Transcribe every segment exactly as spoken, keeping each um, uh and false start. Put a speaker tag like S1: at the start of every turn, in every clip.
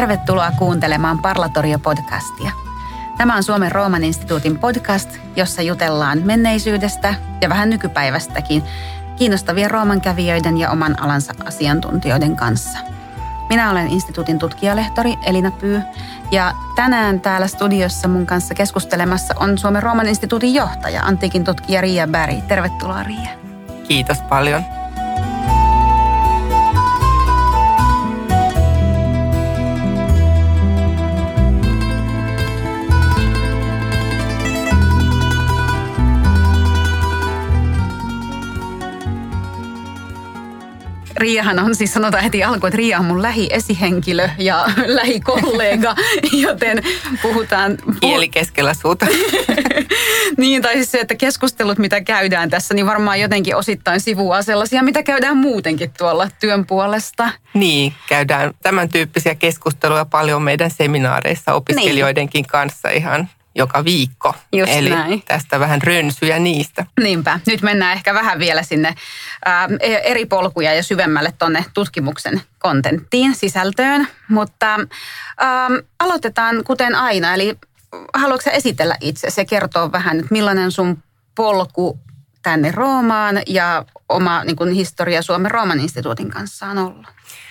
S1: Tervetuloa kuuntelemaan Parlatorio-podcastia. Tämä on Suomen Rooman instituutin podcast, jossa jutellaan menneisyydestä ja vähän nykypäivästäkin kiinnostavien roomankävijöiden ja oman alansa asiantuntijoiden kanssa. Minä olen instituutin tutkijalehtori Elina Pyy ja tänään täällä studiossa mun kanssa keskustelemassa on Suomen Rooman instituutin johtaja, antiikin tutkija Riia Berg. Tervetuloa, Riia.
S2: Kiitos paljon.
S1: Riiahan on siis, sanotaan heti alkuun, että Riia on mun lähiesihenkilö ja lähikollega, joten puhutaan...
S2: Kieli keskellä suuta.
S1: Niin, tai siis se, että keskustelut, mitä käydään tässä, niin varmaan jotenkin osittain sivuaa sellaisia, mitä käydään muutenkin tuolla työn puolesta.
S2: Niin, käydään tämän tyyppisiä keskusteluja paljon meidän seminaareissa opiskelijoidenkin niin. kanssa ihan joka viikko.
S1: Just
S2: Eli
S1: näin.
S2: Tästä vähän rönsyjä niistä.
S1: Niinpä. Nyt mennään ehkä vähän vielä sinne ää, eri polkuja ja syvemmälle tuonne tutkimuksen kontenttiin, sisältöön. Mutta ää, aloitetaan kuten aina. Eli haluatko sä esitellä itse ja kertoa vähän, että millainen sun polku tänne Roomaan ja oma niin kuin historia Suomen Rooman instituutin kanssa on ollut?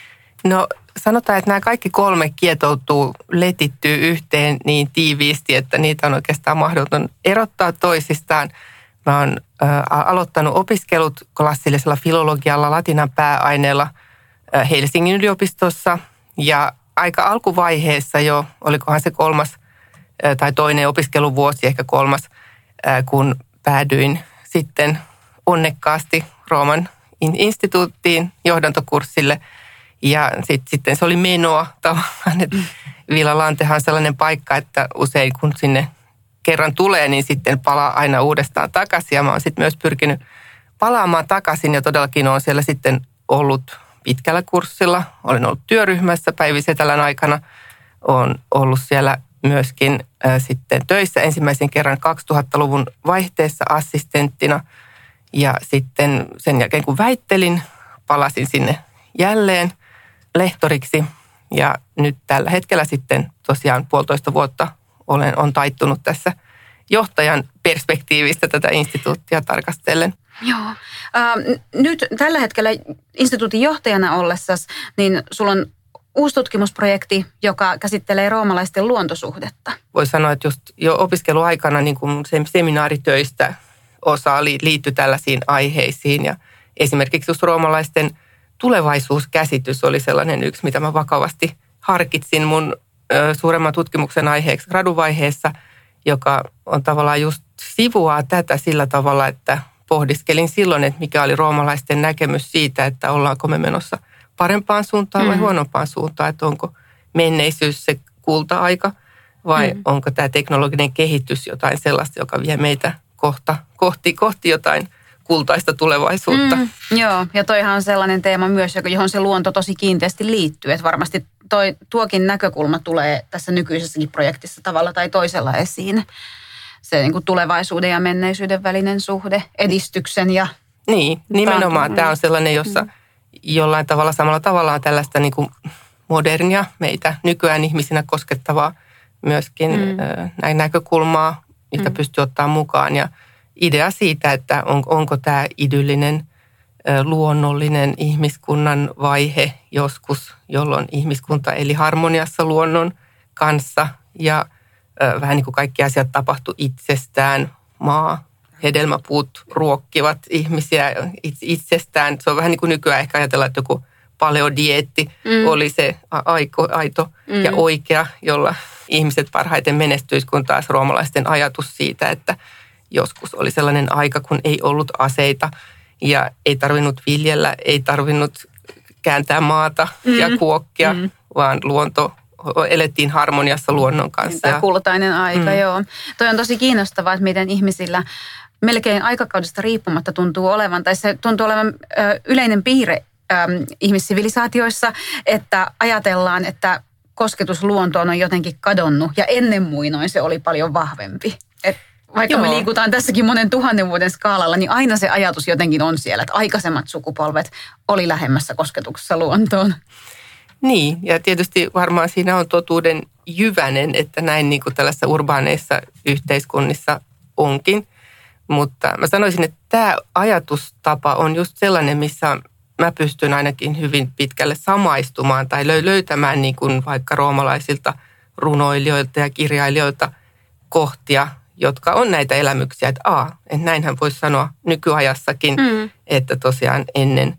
S2: No sanotaan, että nämä kaikki kolme kietoutuu, letittyy yhteen niin tiiviisti, että niitä on oikeastaan mahdoton erottaa toisistaan. Mä oon ä, aloittanut opiskelut klassillisella filologialla latinan pääaineella ä, Helsingin yliopistossa ja aika alkuvaiheessa jo, olikohan se kolmas ä, tai toinen opiskeluvuosi, ehkä kolmas, ä, kun päädyin sitten onnekkaasti Rooman instituuttiin johdantokurssille. Ja sit, sitten se oli menoa tavallaan, että Villa Lantehan on sellainen paikka, että usein kun sinne kerran tulee, niin sitten palaa aina uudestaan takaisin. Ja mä oon sitten myös pyrkinyt palaamaan takaisin ja todellakin olen siellä sitten ollut pitkällä kurssilla. Olen ollut työryhmässä Päivi Setälän aikana. Olen ollut siellä myöskin äh, sitten töissä ensimmäisen kerran kaksituhattaluvun vaihteessa assistenttina. Ja sitten sen jälkeen kun väittelin, palasin sinne jälleen lehtoriksi ja nyt tällä hetkellä sitten tosiaan puolitoista vuotta olen, on taittunut tässä johtajan perspektiivistä tätä instituuttia tarkastellen.
S1: Joo. Äh, nyt tällä hetkellä instituutin johtajana ollessasi, niin sulla on uusi tutkimusprojekti, joka käsittelee roomalaisten luontosuhdetta.
S2: Voi sanoa, että just jo opiskeluaikana niin kuin seminaaritöistä osa liittyi tällaisiin aiheisiin ja esimerkiksi just roomalaisten tulevaisuuskäsitys oli sellainen yksi, mitä mä vakavasti harkitsin mun ö, suuremman tutkimuksen aiheeksi graduvaiheessa, joka on tavallaan just sivuaa tätä sillä tavalla, että pohdiskelin silloin, että mikä oli roomalaisten näkemys siitä, että ollaanko me menossa parempaan suuntaan vai mm. huonompaan suuntaan, että onko menneisyys se kulta-aika vai mm. onko tämä teknologinen kehitys jotain sellaista, joka vie meitä kohta, kohti, kohti jotain kultaista tulevaisuutta. Mm,
S1: joo, ja toihan on sellainen teema myös, johon se luonto tosi kiinteästi liittyy. Että varmasti toi, tuokin näkökulma tulee tässä nykyisessäkin projektissa tavalla tai toisella esiin. Se niin kuin tulevaisuuden ja menneisyyden välinen suhde, edistyksen ja...
S2: Niin, nimenomaan. Tämä on sellainen, jossa mm. jollain tavalla samalla tavalla on tällaista niin kuin modernia, meitä nykyään ihmisinä koskettavaa myöskin mm. näin näkökulmaa, jota mm. pystyy ottaa mukaan ja idea siitä, että on, onko tämä idyllinen, luonnollinen ihmiskunnan vaihe joskus, jolloin ihmiskunta eli harmoniassa luonnon kanssa ja ö, vähän niin kuin kaikki asiat tapahtui itsestään. Maa, hedelmäpuut ruokkivat ihmisiä itsestään. Se on vähän niin kuin nykyään ehkä ajatella, että joku paleodieetti mm. oli se aiko, aito mm. ja oikea, jolla ihmiset parhaiten menestyisi, kun taas roomalaisten ajatus siitä, että joskus oli sellainen aika, kun ei ollut aseita ja ei tarvinnut viljellä, ei tarvinnut kääntää maata mm. ja kuokkia, mm. vaan luonto, elettiin harmoniassa luonnon kanssa.
S1: Tämä kultainen aika, mm. joo. Toi on tosi kiinnostavaa, että miten ihmisillä melkein aikakaudesta riippumatta tuntuu olevan, tai se tuntuu olevan ö, yleinen piirre ö, ihmissivilisaatioissa, että ajatellaan, että kosketus luontoon on jotenkin kadonnut ja ennen muinoin se oli paljon vahvempi. Et vaikka Joo. me liikutaan tässäkin monen tuhannen vuoden skaalalla, niin aina se ajatus jotenkin on siellä, että aikaisemmat sukupolvet oli lähemmässä kosketuksessa luontoon.
S2: Niin, ja tietysti varmaan siinä on totuuden jyvänen, että näin niin kuin tällaisissa urbaaneissa yhteiskunnissa onkin. Mutta mä sanoisin, että tämä ajatustapa on just sellainen, missä mä pystyn ainakin hyvin pitkälle samaistumaan tai löytämään niin kuin vaikka roomalaisilta runoilijoilta ja kirjailijoilta kohtia, jotka on näitä elämyksiä, että aa, että näinhän voisi sanoa nykyajassakin, mm. että tosiaan ennen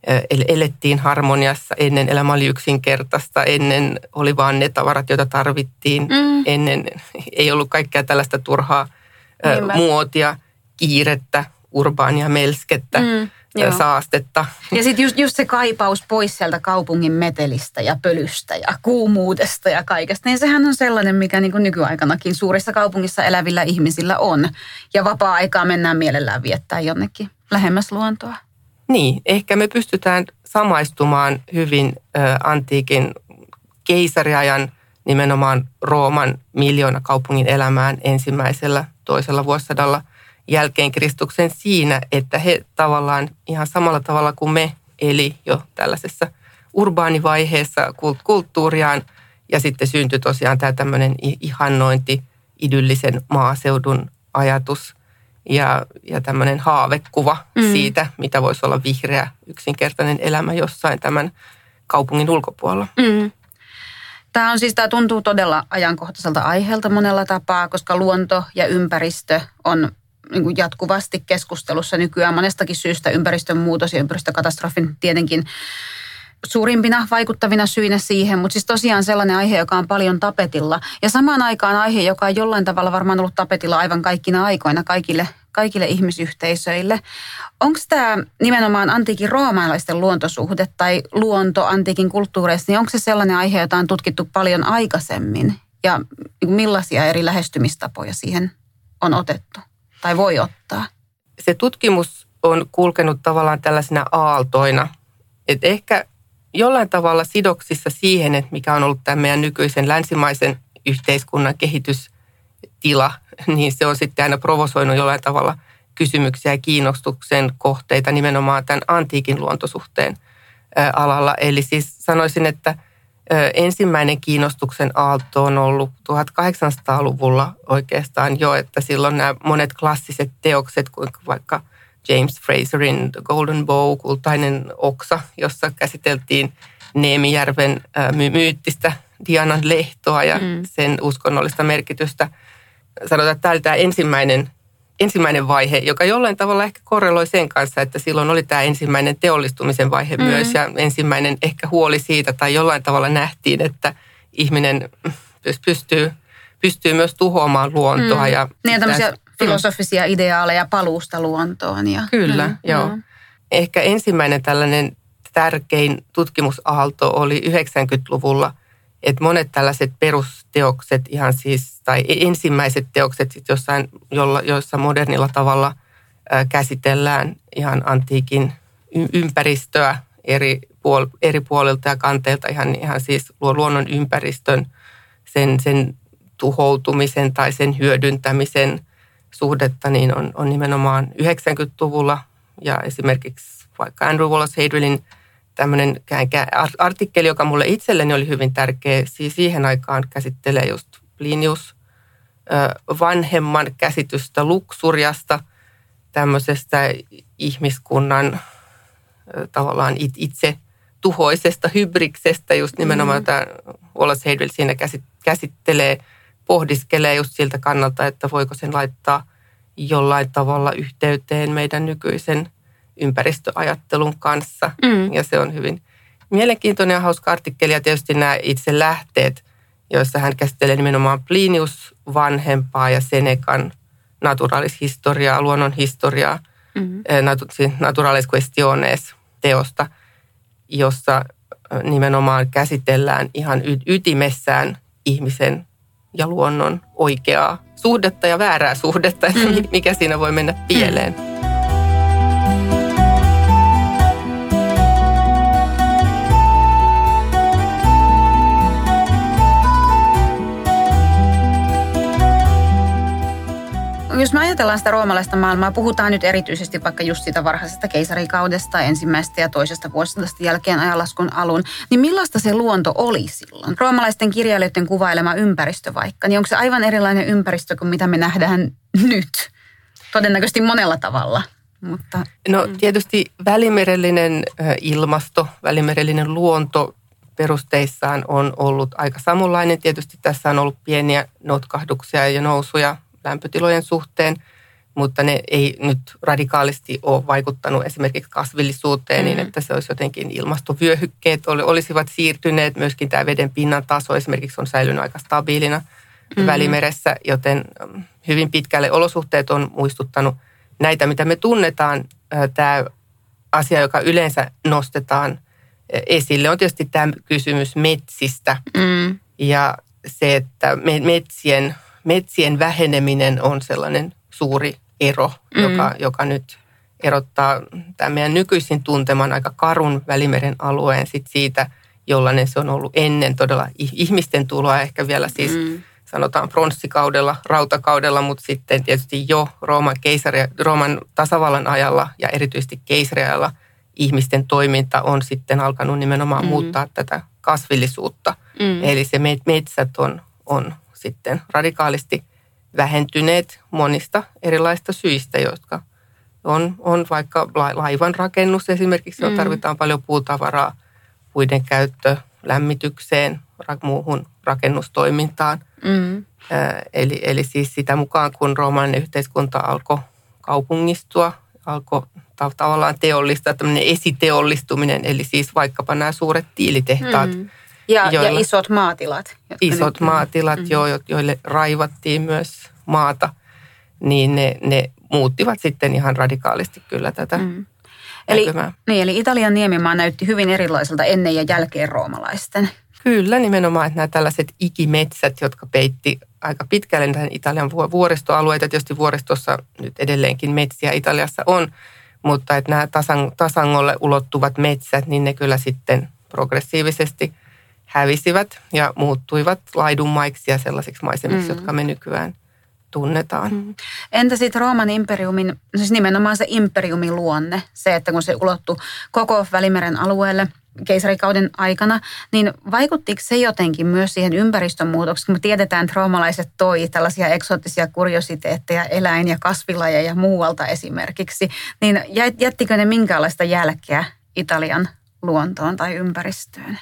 S2: elettiin harmoniassa, ennen elämä oli yksinkertaista, ennen oli vaan ne tavarat, joita tarvittiin, mm. ennen ei ollut kaikkea tällaista turhaa Niinpä. muotia, kiirettä, urbaania melskettä, mm. saastetta.
S1: Ja sitten just, just se kaipaus pois sieltä kaupungin metelistä ja pölystä ja kuumuudesta ja kaikesta, niin sehän on sellainen, mikä niin kuin nykyaikanakin suurissa kaupungissa elävillä ihmisillä on. Ja vapaa-aikaa mennään mielellään viettää jonnekin lähemmäs luontoa.
S2: Niin, ehkä me pystytään samaistumaan hyvin ä, antiikin keisariajan, nimenomaan Rooman miljoona kaupungin elämään ensimmäisellä, toisella vuosisadalla jälkeen Kristuksen siinä, että he tavallaan ihan samalla tavalla kuin me eli jo tällaisessa urbaanivaiheessa kulttuuriaan ja sitten syntyi tosiaan tämä tämmöinen ihannointi, idyllisen maaseudun ajatus ja, ja tämmöinen haavekuva mm. siitä, mitä voisi olla vihreä, yksinkertainen elämä jossain tämän kaupungin ulkopuolella.
S1: Mm. Tämä on siis, tämä tuntuu todella ajankohtaiselta aiheelta monella tapaa, koska luonto ja ympäristö on niin kuin jatkuvasti keskustelussa nykyään monestakin syystä. Ympäristön muutos ja ympäristökatastrofin tietenkin suurimpina vaikuttavina syinä siihen, mutta siis tosiaan sellainen aihe, joka on paljon tapetilla. Ja samaan aikaan aihe, joka on jollain tavalla varmaan ollut tapetilla aivan kaikkina aikoina kaikille, kaikille ihmisyhteisöille. Onko tämä nimenomaan antiikin roomalaisten luontosuhde tai luonto antiikin kulttuureissa, niin onko se sellainen aihe, jota on tutkittu paljon aikaisemmin? Ja millaisia eri lähestymistapoja siihen on otettu tai voi ottaa?
S2: Se tutkimus on kulkenut tavallaan tällaisina aaltoina, että ehkä jollain tavalla sidoksissa siihen, että mikä on ollut tämän meidän nykyisen länsimaisen yhteiskunnan kehitystila, niin se on sitten aina provosoinut jollain tavalla kysymyksiä ja kiinnostuksen kohteita nimenomaan tämän antiikin luontosuhteen alalla. Eli siis sanoisin, että ensimmäinen kiinnostuksen aalto on ollut tuhatkahdeksansataaluvulla oikeastaan jo, että silloin nämä monet klassiset teokset, kuin vaikka James Frazerin The Golden Bow, kultainen oksa, jossa käsiteltiin Neemijärven myyttistä Dianan lehtoa ja mm. sen uskonnollista merkitystä. Sanotaan, että tämä oli tämä ensimmäinen, ensimmäinen vaihe, joka jollain tavalla ehkä korreloi sen kanssa, että silloin oli tämä ensimmäinen teollistumisen vaihe mm. myös ja ensimmäinen ehkä huoli siitä tai jollain tavalla nähtiin, että ihminen pystyy, pystyy myös tuhoamaan luontoa.
S1: Mm.
S2: Ja
S1: niin tämmöisiä filosofisia ideaaleja paluusta luontoon. Ja,
S2: Kyllä,
S1: mm,
S2: joo. Mm. Ehkä ensimmäinen tällainen tärkein tutkimusaalto oli yhdeksänkymmentäluvulla, että monet tällaiset perusteokset ihan siis, tai ensimmäiset teokset sit jossain, jolla, joissa modernilla tavalla ää, käsitellään ihan antiikin ympäristöä eri, puol, eri puolilta ja kanteilta, ihan, ihan siis luonnon ympäristön, sen, sen tuhoutumisen tai sen hyödyntämisen suhdetta, niin on, on nimenomaan yhdeksänkymmentäluvulla ja esimerkiksi vaikka Andrew Wallace Hadrielin tämmöinen artikkeli, joka mulle itselleni oli hyvin tärkeä, siis siihen aikaan käsittelee just Plinius vanhemman käsitystä luksuriasta, tämmöisestä ihmiskunnan tavallaan itse tuhoisesta hybriksestä, just nimenomaan tämä Wallace Hadriel siinä käsittelee, pohdiskelee just siltä kannalta, että voiko sen laittaa jollain tavalla yhteyteen meidän nykyisen ympäristöajattelun kanssa. Mm. Ja se on hyvin mielenkiintoinen ja hauska artikkeli. Ja tietysti nämä itse lähteet, joissa hän käsittelee nimenomaan Plinius vanhempaa ja Senecan naturalishistoriaa, luonnonhistoriaa, mm. Naturalis Questiones teosta, jossa nimenomaan käsitellään ihan ytimessään ihmisen ja luonnon oikeaa suhdetta ja väärää suhdetta, että mm. mikä siinä voi mennä pieleen. Mm.
S1: Jos mä ajatellaan sitä roomalaista maailmaa, puhutaan nyt erityisesti vaikka just siitä varhaisesta keisarikaudesta, ensimmäisestä ja toisesta vuosisadasta jälkeen ajanlaskun alun, niin millaista se luonto oli silloin? Roomalaisten kirjailijoiden kuvailema ympäristö vaikka, niin onko se aivan erilainen ympäristö kuin mitä me nähdään nyt? Todennäköisesti monella tavalla. Mutta,
S2: no tietysti välimerellinen ilmasto, välimerellinen luonto perusteissaan on ollut aika samanlainen. Tietysti tässä on ollut pieniä notkahduksia ja nousuja lämpötilojen suhteen, mutta ne ei nyt radikaalisti ole vaikuttanut esimerkiksi kasvillisuuteen mm-hmm. niin, että se olisi jotenkin ilmastovyöhykkeet olisivat siirtyneet. Myöskin tämä veden pinnan taso esimerkiksi on säilynyt aika stabiilina mm-hmm. Välimeressä, joten hyvin pitkälle olosuhteet on muistuttanut näitä, mitä me tunnetaan. Tämä asia, joka yleensä nostetaan esille, on tietysti tämä kysymys metsistä mm. ja se, että metsien, metsien väheneminen on sellainen suuri ero, mm. joka, joka nyt erottaa tämän meidän nykyisin tunteman aika karun Välimeren alueen sit siitä, jollainen se on ollut ennen todella ihmisten tuloa, ehkä vielä siis mm. sanotaan pronssikaudella, rautakaudella, mutta sitten tietysti jo Rooman, keisari, Rooman tasavallan ajalla ja erityisesti keisariajalla ihmisten toiminta on sitten alkanut nimenomaan mm. muuttaa tätä kasvillisuutta. Mm. Eli se metsät on, on sitten radikaalisti vähentyneet monista erilaisista syistä, jotka on, on vaikka laivan rakennus esimerkiksi, mm. tarvitaan paljon puutavaraa, puiden käyttö lämmitykseen, muuhun rakennustoimintaan. Mm. Eli, eli siis sitä mukaan, kun roomalainen yhteiskunta alkoi kaupungistua, alkoi tavallaan teollistaa, tämmöinen esiteollistuminen, eli siis vaikkapa nämä suuret tiilitehtaat. Mm.
S1: Ja, joilla, ja isot maatilat.
S2: Isot nyt, maatilat, mm. jo, joille raivattiin myös maata, niin ne, ne muuttivat sitten ihan radikaalisti kyllä tätä mm.
S1: eli, niin, eli Italian niemimaa näytti hyvin erilaiselta ennen ja jälkeen roomalaisten.
S2: Kyllä, nimenomaan, että nämä tällaiset ikimetsät, jotka peitti aika pitkälle näitä Italian vuoristoalueita. Tietysti vuoristossa nyt edelleenkin metsiä Italiassa on, mutta että nämä tasangolle ulottuvat metsät, niin ne kyllä sitten progressiivisesti hävisivät ja muuttuivat laidunmaiksi ja sellaisiksi maisemiksi, mm. jotka me nykyään tunnetaan. Mm.
S1: Entä sitten Rooman imperiumin, siis nimenomaan se imperiumin luonne, se, että kun se ulottui koko Välimeren alueelle keisarikauden aikana, niin vaikuttiko se jotenkin myös siihen ympäristön muutokseen, kun me tiedetään, että roomalaiset toi tällaisia eksoottisia kuriositeetteja, eläin- ja kasvilajeja muualta esimerkiksi, niin jättikö ne minkäänlaista jälkeä Italian luontoon tai ympäristöön?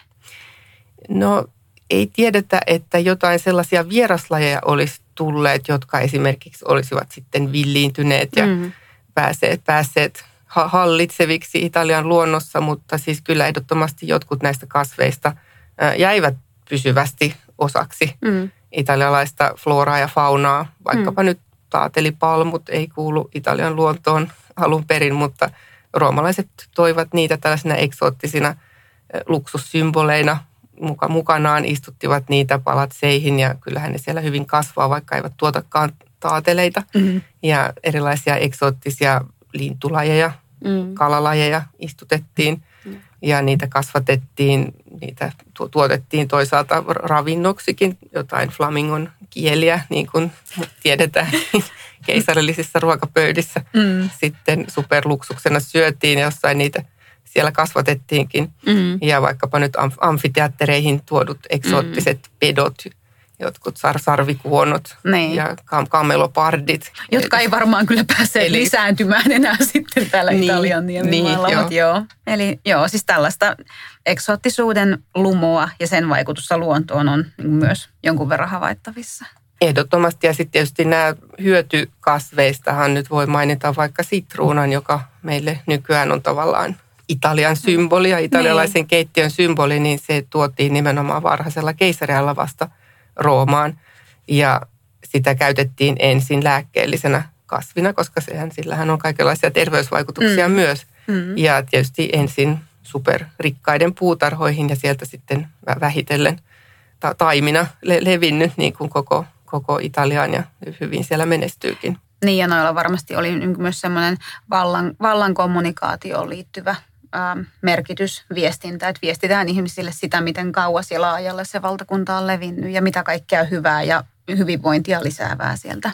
S2: No ei tiedetä, että jotain sellaisia vieraslajeja olisi tulleet, jotka esimerkiksi olisivat sitten villiintyneet ja mm. päässeet, päässeet hallitseviksi Italian luonnossa, mutta siis kyllä ehdottomasti jotkut näistä kasveista jäivät pysyvästi osaksi mm. italialaista floraa ja faunaa. Vaikkapa mm. nyt taatelipalmut ei kuulu Italian luontoon alun perin, mutta roomalaiset toivat niitä tällaisina eksoottisina luksussymboleina mukanaan, istuttivat niitä palatseihin ja kyllähän ne siellä hyvin kasvaa, vaikka eivät tuotakaan taateleita mm. ja erilaisia eksoottisia lintulajeja, mm. kalalajeja istutettiin mm. ja niitä kasvatettiin, niitä tuotettiin toisaalta ravinnoksikin, jotain flamingon kieliä, niin kuin tiedetään keisarillisissa ruokapöydissä. Mm. Sitten superluksuksena syötiin ja jossain niitä siellä kasvatettiinkin. Mm. Ja vaikkapa nyt amfiteattereihin tuodut eksoottiset mm. pedot, jotkut sar- sarvikuonot niin. ja kam- kamelopardit.
S1: Jotka ei varmaan kyllä pääse eli lisääntymään enää sitten täällä niin, Italian niemimaalla. Niin, joo. joo. Eli joo, siis tällaista eksoottisuuden lumoa ja sen vaikutusta luontoon on myös jonkun verran havaittavissa.
S2: Ehdottomasti ja sitten tietysti nämä hyötykasveistahan nyt voi mainita vaikka sitruunan, joka meille nykyään on tavallaan Italian symboli ja italialaisen niin. keittiön symboli, niin se tuotiin nimenomaan varhaisella keisarialla vasta Roomaan. Ja sitä käytettiin ensin lääkkeellisenä kasvina, koska sehän, sillähän on kaikenlaisia terveysvaikutuksia mm. myös. Mm. Ja tietysti ensin superrikkaiden puutarhoihin ja sieltä sitten vähitellen ta- taimina le- levinnyt niin kuin koko, koko Italiaan ja hyvin siellä menestyykin.
S1: Niin ja noilla varmasti oli myös semmoinen vallan, vallan kommunikaatioon liittyvä ää, merkitys, viestintä, että viestitään ihmisille sitä, miten kauas ja laajalle se valtakunta on levinnyt ja mitä kaikkea hyvää ja hyvinvointia lisäävää sieltä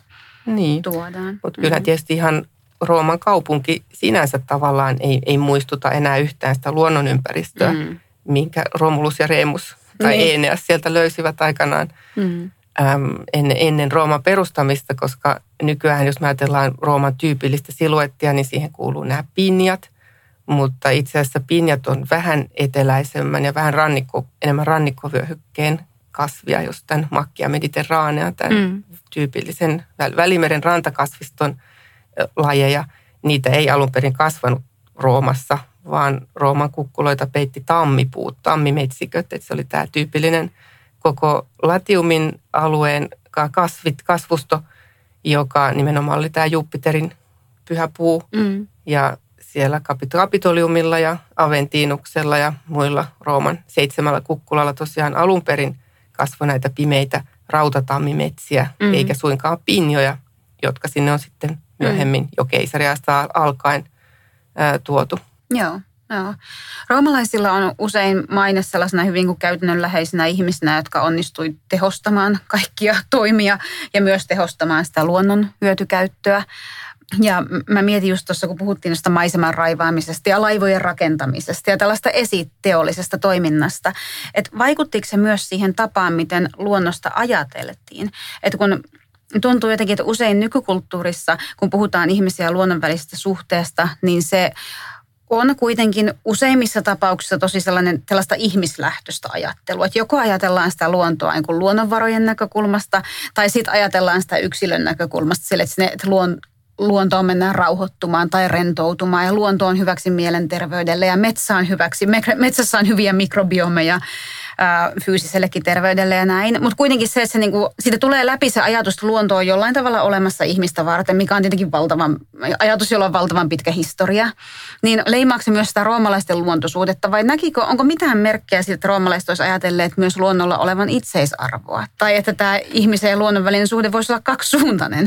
S2: niin.
S1: tuodaan.
S2: Mutta kyllä mm. tietysti ihan Rooman kaupunki sinänsä tavallaan ei, ei muistuta enää yhtään sitä luonnonympäristöä, mm. minkä Romulus ja Remus tai niin. Eneas sieltä löysivät aikanaan mm. äm, ennen, ennen Rooman perustamista, koska nykyään jos me ajatellaan Rooman tyypillistä siluettia, niin siihen kuuluu nämä pinjat, mutta itse asiassa pinjat on vähän eteläisemmän ja vähän rannikko, enemmän rannikkovyöhykkeen kasvia, jos tämän Macchia mediterranea, tämän mm. tyypillisen Välimeren rantakasviston lajeja. Niitä ei alun perin kasvanut Roomassa, vaan Rooman kukkuloita peitti tammipuut, tammimetsiköt. Että se oli tämä tyypillinen koko Latiumin alueen kasvit, kasvusto, joka nimenomaan oli tämä Jupiterin pyhä puu. Mm. Ja siellä Kapitoliumilla ja Aventinuksella ja muilla Rooman seitsemällä kukkulalla tosiaan alun perin kasvoi näitä pimeitä rautatammimetsiä, mm. eikä suinkaan pinjoja, jotka sinne on sitten myöhemmin mm. jo keisariasta alkaen ää, tuotu.
S1: Joo, joo. Roomalaisilla on usein maine sellaisena hyvin kuin käytännönläheisenä ihmisinä, jotka onnistui tehostamaan kaikkia toimia ja myös tehostamaan sitä luonnon hyötykäyttöä. Ja mä mietin just tuossa, kun puhuttiin noista maiseman raivaamisesta ja laivojen rakentamisesta ja tällaista esiteollisesta toiminnasta, että vaikuttiko se myös siihen tapaan, miten luonnosta ajateltiin? Että kun tuntuu jotenkin, että usein nykykulttuurissa, kun puhutaan ihmisiä ja luonnon välisestä suhteesta, niin se on kuitenkin useimmissa tapauksissa tosi sellainen, sellaista ihmislähtöistä ajattelua. Että joko ajatellaan sitä luontoa niin kuin luonnonvarojen näkökulmasta, tai sitten ajatellaan sitä yksilön näkökulmasta sille, että, että luon, luontoon mennään rauhoittumaan tai rentoutumaan, ja luonto on hyväksi mielenterveydelle, ja metsä on hyväksi, metsässä on hyviä mikrobiomeja ää, fyysisellekin terveydelle ja näin. Mutta kuitenkin se, että se niinku, siitä tulee läpi se ajatus, että luonto on jollain tavalla olemassa ihmistä varten, mikä on tietenkin valtavan, ajatus, jolla on valtavan pitkä historia. Niin leimaako se myös sitä roomalaisten luontosuhdetta, vai näkikö, onko mitään merkkejä siitä, että roomalaiset olisi ajatelleet myös luonnolla olevan itseisarvoa? Tai että tämä ihmisen ja luonnon välinen suhde voisi olla kaksisuuntainen?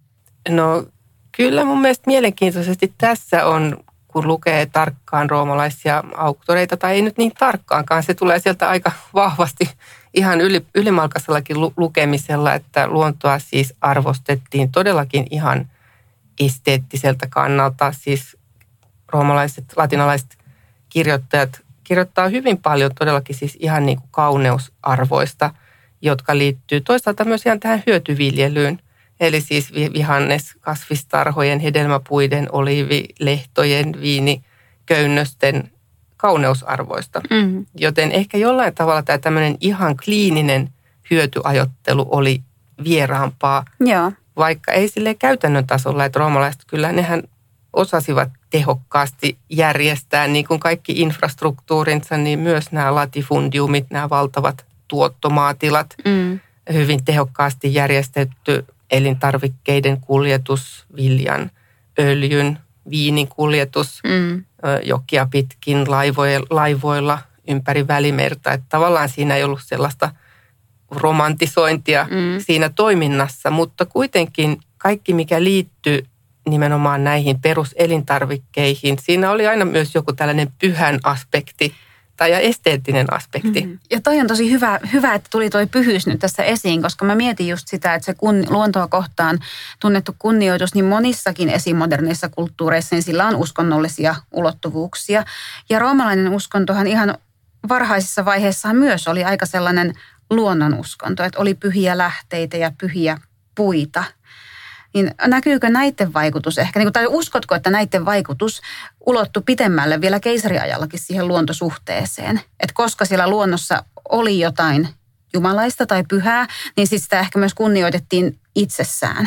S2: No kyllä mun mielestä mielenkiintoisesti tässä on, kun lukee tarkkaan roomalaisia auktoreita, tai ei nyt niin tarkkaankaan, se tulee sieltä aika vahvasti ihan yli, ylimalkaisellakin lukemisella, että luontoa siis arvostettiin todellakin ihan esteettiseltä kannalta. Siis roomalaiset, latinalaiset kirjoittajat kirjoittaa hyvin paljon todellakin siis ihan niin kuin kauneusarvoista, jotka liittyy toisaalta myös ihan tähän hyötyviljelyyn. Eli siis vihannes, kasvistarhojen, hedelmäpuiden, oliivilehtojen, viiniköynnösten kauneusarvoista. Mm-hmm. Joten ehkä jollain tavalla tämä tämmöinen ihan kliininen hyötyajottelu oli vieraampaa. Joo. Vaikka ei silleen käytännön tasolla, että roomalaiset kyllä nehän osasivat tehokkaasti järjestää niin kuin kaikki infrastruktuurinsa, niin myös nämä latifundiumit, nämä valtavat tuottomaatilat, mm. hyvin tehokkaasti järjestetty elintarvikkeiden kuljetus, viljan, öljyn, viinin kuljetus, mm. jokia pitkin laivoilla ympäri Välimerta. Että tavallaan siinä ei ollut sellaista romantisointia mm. siinä toiminnassa, mutta kuitenkin kaikki, mikä liittyy nimenomaan näihin peruselintarvikkeihin, siinä oli aina myös joku tällainen pyhän aspekti tai esteettinen aspekti. Mm-hmm.
S1: Ja toi on tosi hyvä, hyvä, että tuli toi pyhyys nyt tässä esiin, koska mä mietin just sitä, että se kun, luontoa kohtaan tunnettu kunnioitus, niin monissakin esimoderneissa kulttuureissa, niin sillä on uskonnollisia ulottuvuuksia. Ja roomalainen uskontohan ihan varhaisissa vaiheissa myös oli aika sellainen luonnonuskonto, että oli pyhiä lähteitä ja pyhiä puita. Niin näkyykö näiden vaikutus ehkä, niin kuin, tai uskotko, että näiden vaikutus ulottui pitemmälle vielä keisariajallakin siihen luontosuhteeseen? Että koska siellä luonnossa oli jotain jumalaista tai pyhää, niin sitten sitä ehkä myös kunnioitettiin itsessään.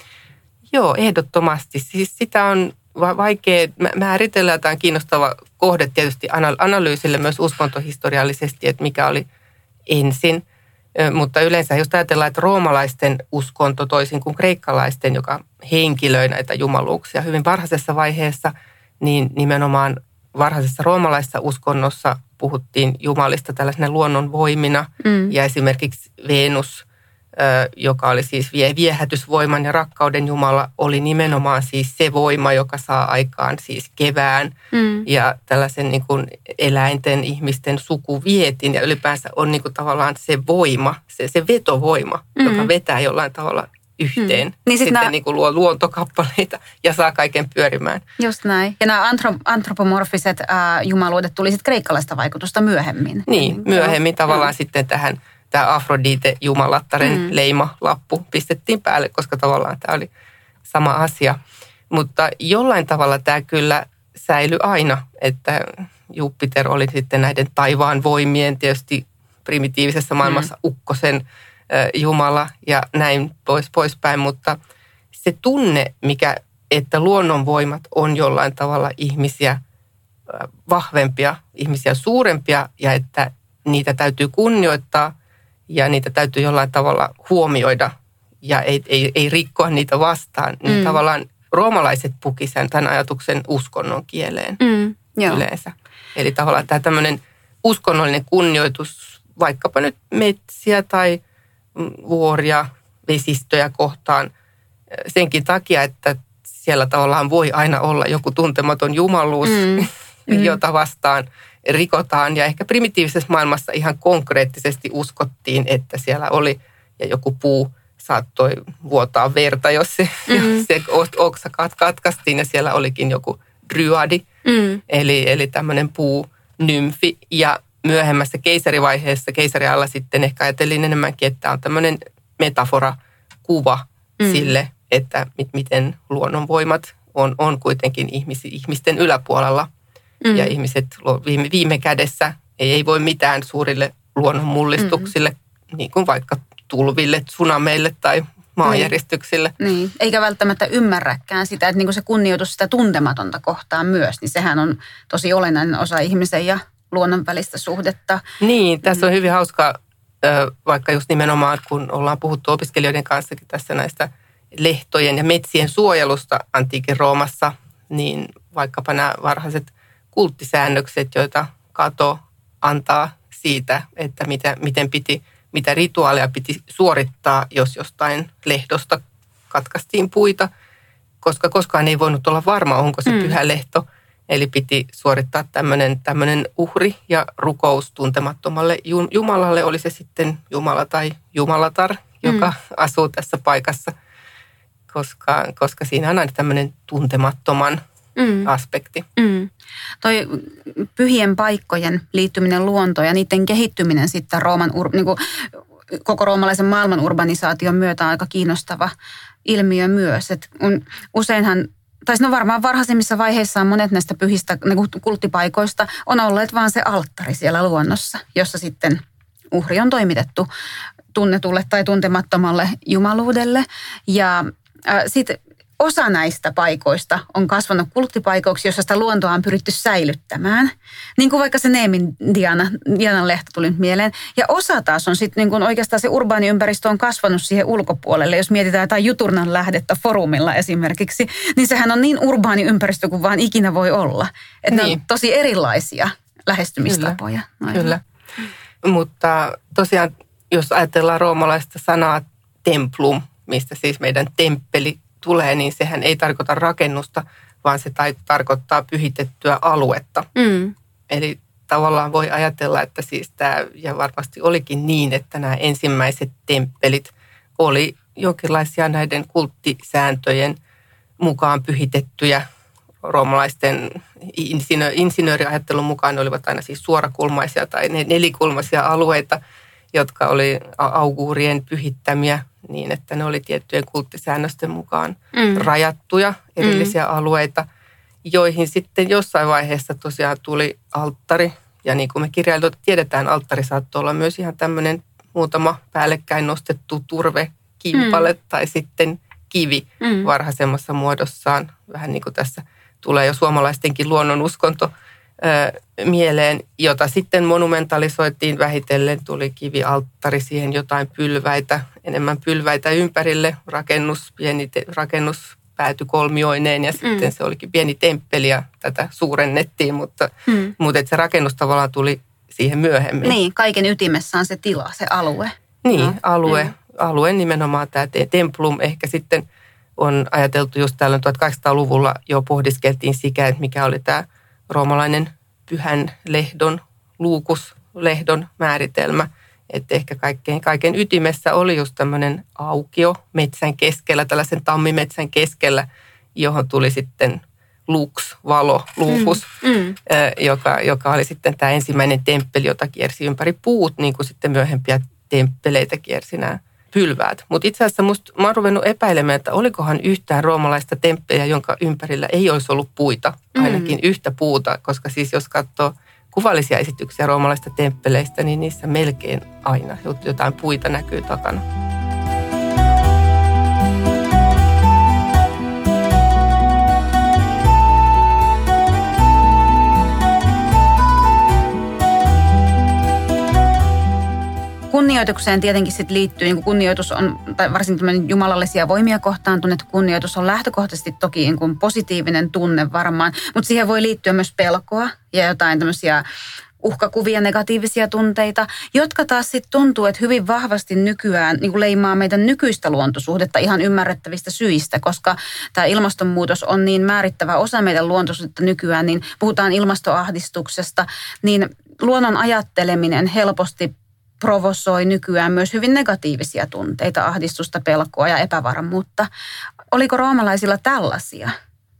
S2: Joo, ehdottomasti. Siis sitä on vaikea määritellä, tämä on kiinnostava kohde tietysti analyysille myös uskontohistoriallisesti, että mikä oli ensin. Mutta yleensä jos ajatellaan, että roomalaisten uskonto toisin kuin kreikkalaisten, joka henkilöi näitä jumaluuksia hyvin varhaisessa vaiheessa, niin nimenomaan varhaisessa roomalaisessa uskonnossa puhuttiin jumalista tällaisena luonnonvoimina. Mm. Ja esimerkiksi Venus, joka oli siis viehätysvoiman ja rakkauden jumala, oli nimenomaan siis se voima, joka saa aikaan siis kevään mm. ja tällaisen niin kuin eläinten, ihmisten sukuvietin ja ylipäänsä on niin kuin tavallaan se voima, se, se vetovoima, mm. joka vetää jollain tavalla yhteen.
S1: Mm. Niin sit
S2: sitten
S1: nää...
S2: niin kuin luo luontokappaleita ja saa kaiken pyörimään.
S1: Just näin. Ja nämä antro- antropomorfiset äh, jumaluudet tuli sitten kreikkalaista vaikutusta myöhemmin.
S2: Niin, myöhemmin Joo. tavallaan mm. sitten tähän tämä Afrodite-jumalattaren mm. leima-lappu pistettiin päälle, koska tavallaan tämä oli sama asia. Mutta jollain tavalla tämä kyllä säilyi aina, että Jupiter oli sitten näiden taivaan voimien, tietysti primitiivisessä maailmassa mm. ukkosen äh, jumala ja näin pois, poispäin, mutta se tunne, mikä, että luonnonvoimat on jollain tavalla ihmisiä äh, vahvempia, ihmisiä suurempia ja että niitä täytyy kunnioittaa ja niitä täytyy jollain tavalla huomioida ja ei, ei, ei rikkoa niitä vastaan, niin mm. tavallaan roomalaiset puki sen tämän ajatuksen uskonnon kieleen mm, yleensä. Eli tavallaan tämä tämmöinen uskonnollinen kunnioitus vaikkapa nyt metsiä tai vuoria, vesistöjä kohtaan senkin takia, että siellä tavallaan voi aina olla joku tuntematon jumaluus, mm, mm. jota vastaan rikotaan. Ja ehkä primitiivisessä maailmassa ihan konkreettisesti uskottiin, että siellä oli ja joku puu saattoi vuotaa verta, jos se, mm. jos se oksa katkaistiin ja siellä olikin joku dryadi, mm. eli, eli tämmöinen puunymfi. Ja myöhemmässä keisarivaiheessa, keisarialla sitten ehkä ajattelin enemmänkin, että on tämmöinen metafora, kuva mm. sille, että miten luonnonvoimat on, on kuitenkin ihmis, ihmisten yläpuolella. Mm. Ja ihmiset viime, viime kädessä ei, ei voi mitään suurille luonnonmullistuksille, mm. niin kuin vaikka tulville, tsunameille tai maanjäristyksille.
S1: Niin. Eikä välttämättä ymmärräkään sitä, että niin kuin se kunnioitus sitä tuntematonta kohtaan myös, niin sehän on tosi olennainen osa ihmisen ja luonnon välistä suhdetta.
S2: Niin, tässä on hyvin hauska, vaikka just nimenomaan kun ollaan puhuttu opiskelijoiden kanssakin tässä näistä lehtojen ja metsien suojelusta antiikin Roomassa, niin vaikkapa nämä varhaiset kulttisäännökset, joita Cato antaa siitä, että mitä, miten piti, mitä rituaaleja piti suorittaa, jos jostain lehdosta katkaistiin puita, koska koskaan ei voinut olla varma, onko se mm. pyhä lehto. Eli piti suorittaa tämmöinen, tämmöinen uhri ja rukous tuntemattomalle Jumalalle, oli se sitten Jumala tai Jumalatar, joka mm. asuu tässä paikassa, koska, koska siinä on aina tämmöinen tuntemattoman mm. aspekti.
S1: Mm. Toi pyhien paikkojen liittyminen luontoon ja niiden kehittyminen sitten Rooman, niin kuin koko roomalaisen maailman urbanisaation myötä on aika kiinnostava ilmiö myös. Et useinhan tai no varmaan varhaisimmissa vaiheissa monet näistä pyhistä niin kulttipaikoista on olleet vaan se alttari siellä luonnossa, jossa sitten uhri on toimitettu tunnetulle tai tuntemattomalle jumaluudelle. Ja äh, sitten osa näistä paikoista on kasvanut kulttipaikoiksi, jossa sitä luontoa on pyritty säilyttämään. Niin kuin vaikka se Neemin Diana, Dianan lehto tuli nyt mieleen. Ja osa taas on sitten niin kuin oikeastaan se urbaani ympäristö on kasvanut siihen ulkopuolelle. Jos mietitään jotain Juturnan lähdettä Forumilla esimerkiksi, niin sehän on niin urbaani ympäristö kuin vaan ikinä voi olla. Että niin. Ne on tosi erilaisia lähestymistapoja.
S2: Kyllä, Kyllä. Mutta tosiaan, jos ajatellaan roomalaista sanaa templum, mistä siis meidän temppeli tulee, niin sehän ei tarkoita rakennusta, vaan se tarkoittaa pyhitettyä aluetta. Mm. Eli tavallaan voi ajatella, että siis tämä, ja varmasti olikin niin, että nämä ensimmäiset temppelit oli jonkinlaisia näiden kulttisääntöjen mukaan pyhitettyjä. Roomalaisten insinö, insinööriajattelun mukaan ne olivat aina siis suorakulmaisia tai nelikulmaisia alueita, jotka oli auguurien pyhittämiä niin, että ne oli tiettyjen kulttisäännösten mukaan mm. rajattuja erillisiä mm. alueita, joihin sitten jossain vaiheessa tosiaan tuli alttari. Ja niin kuin me kirjailijat tiedetään, alttari saattoi olla myös ihan tämmöinen muutama päällekkäin nostettu turvekimpale mm. tai sitten kivi mm. varhaisemmassa muodossaan. Vähän niin kuin tässä tulee jo suomalaistenkin luonnonuskonto mieleen, jota sitten monumentalisoitiin vähitellen, tuli kivialttari, siihen jotain pylväitä, enemmän pylväitä ympärille, rakennus, pieni te, rakennus päätyi kolmioineen ja sitten mm. se olikin pieni temppeli ja tätä suurennettiin, mutta, mm. mutta se rakennus tavallaan tuli siihen myöhemmin.
S1: Niin, kaiken ytimessä on se tila, se alue.
S2: Niin, no. alue, mm. alue nimenomaan tämä templum ehkä sitten on ajateltu just tällöin tuhatkahdeksansataaluvulla jo pohdiskeltiin sikä, että mikä oli tämä roomalainen pyhän lehdon, luukuslehdon määritelmä. Että ehkä kaikkein, kaiken ytimessä oli just tämmöinen aukio metsän keskellä, tällaisen tammimetsän keskellä, johon tuli sitten lux, valo, lupus, mm, mm. Joka, joka oli sitten tämä ensimmäinen temppeli, jota kiersi ympäri puut, niin kuin sitten myöhempiä temppeleitä kiersi nämä pylväät. Mutta itse asiassa musta, mä oon ruvennut epäilemään, että olikohan yhtään roomalaista temppeliä, jonka ympärillä ei olisi ollut puita, ainakin mm. yhtä puuta, koska siis jos katsoo kuvallisia esityksiä roomalaista temppeleistä, niin niissä melkein aina jotain puita näkyy takana.
S1: Kunnioitukseen tietenkin sit liittyy, niin kunnioitus on, tai varsin tämmöinen jumalallisia voimia kohtaan tunnettu kunnioitus on lähtökohtaisesti toki niin kuin positiivinen tunne varmaan, mutta siihen voi liittyä myös pelkoa ja jotain tämmöisiä uhkakuvia, negatiivisia tunteita, jotka taas sitten tuntuu, että hyvin vahvasti nykyään niin kuin leimaa meidän nykyistä luontosuhdetta ihan ymmärrettävistä syistä, koska tämä ilmastonmuutos on niin määrittävä osa meidän luontosuhdetta nykyään, niin puhutaan ilmastoahdistuksesta, niin luonnon ajatteleminen helposti provosoi nykyään myös hyvin negatiivisia tunteita, ahdistusta, pelkoa ja epävarmuutta. Oliko roomalaisilla tällaisia?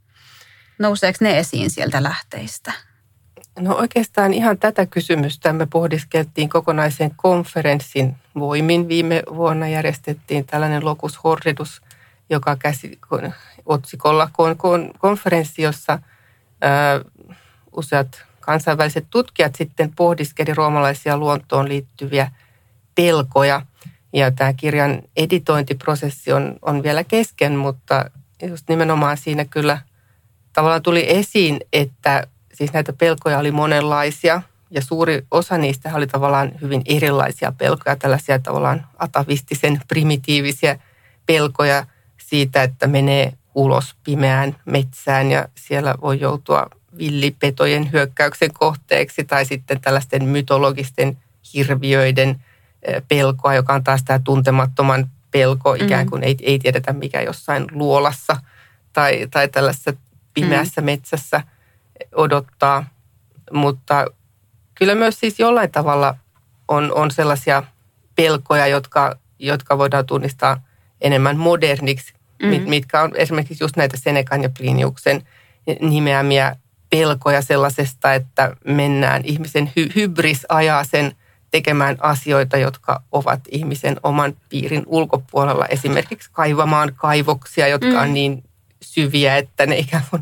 S1: Nouseeko ne esiin sieltä lähteistä?
S2: No oikeastaan ihan tätä kysymystä me pohdiskeltiin kokonaisen konferenssin voimin. Viime vuonna järjestettiin tällainen locus horridus, joka käsi otsikolla konferenssi, jossa ää, useat kansainväliset tutkijat sitten pohdiskeli roomalaisia luontoon liittyviä pelkoja. Ja tämä kirjan editointiprosessi on, on vielä kesken, mutta just nimenomaan siinä kyllä tavallaan tuli esiin, että siis näitä pelkoja oli monenlaisia ja suuri osa niistä oli tavallaan hyvin erilaisia pelkoja, tällaisia tavallaan atavistisen primitiivisiä pelkoja siitä, että menee ulos pimeään metsään ja siellä voi joutua villipetojen hyökkäyksen kohteeksi tai sitten tällaisten mytologisten hirviöiden pelkoa, joka on taas tämä tuntemattoman pelko, ikään kuin ei, ei tiedetä mikä jossain luolassa tai, tai tällaisessa pimeässä mm. metsässä odottaa. Mutta kyllä myös siis jollain tavalla on, on sellaisia pelkoja, jotka, jotka voidaan tunnistaa enemmän moderniksi, mm. mitkä on esimerkiksi just näitä Senecan ja Pliniuksen nimeämiä pelkoja sellaisesta, että mennään ihmisen hy- hybris ajaa sen tekemään asioita, jotka ovat ihmisen oman piirin ulkopuolella. Esimerkiksi kaivamaan kaivoksia, jotka mm. on niin syviä, että ne ikään kuin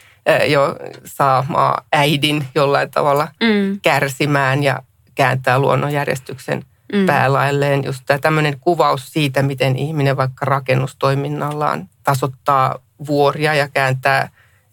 S2: jo saa maa äidin jollain tavalla mm. kärsimään ja kääntää luonnonjärjestyksen mm. päälailleen. Just tämä tämmöinen kuvaus siitä, miten ihminen vaikka rakennustoiminnallaan tasoittaa vuoria ja kääntää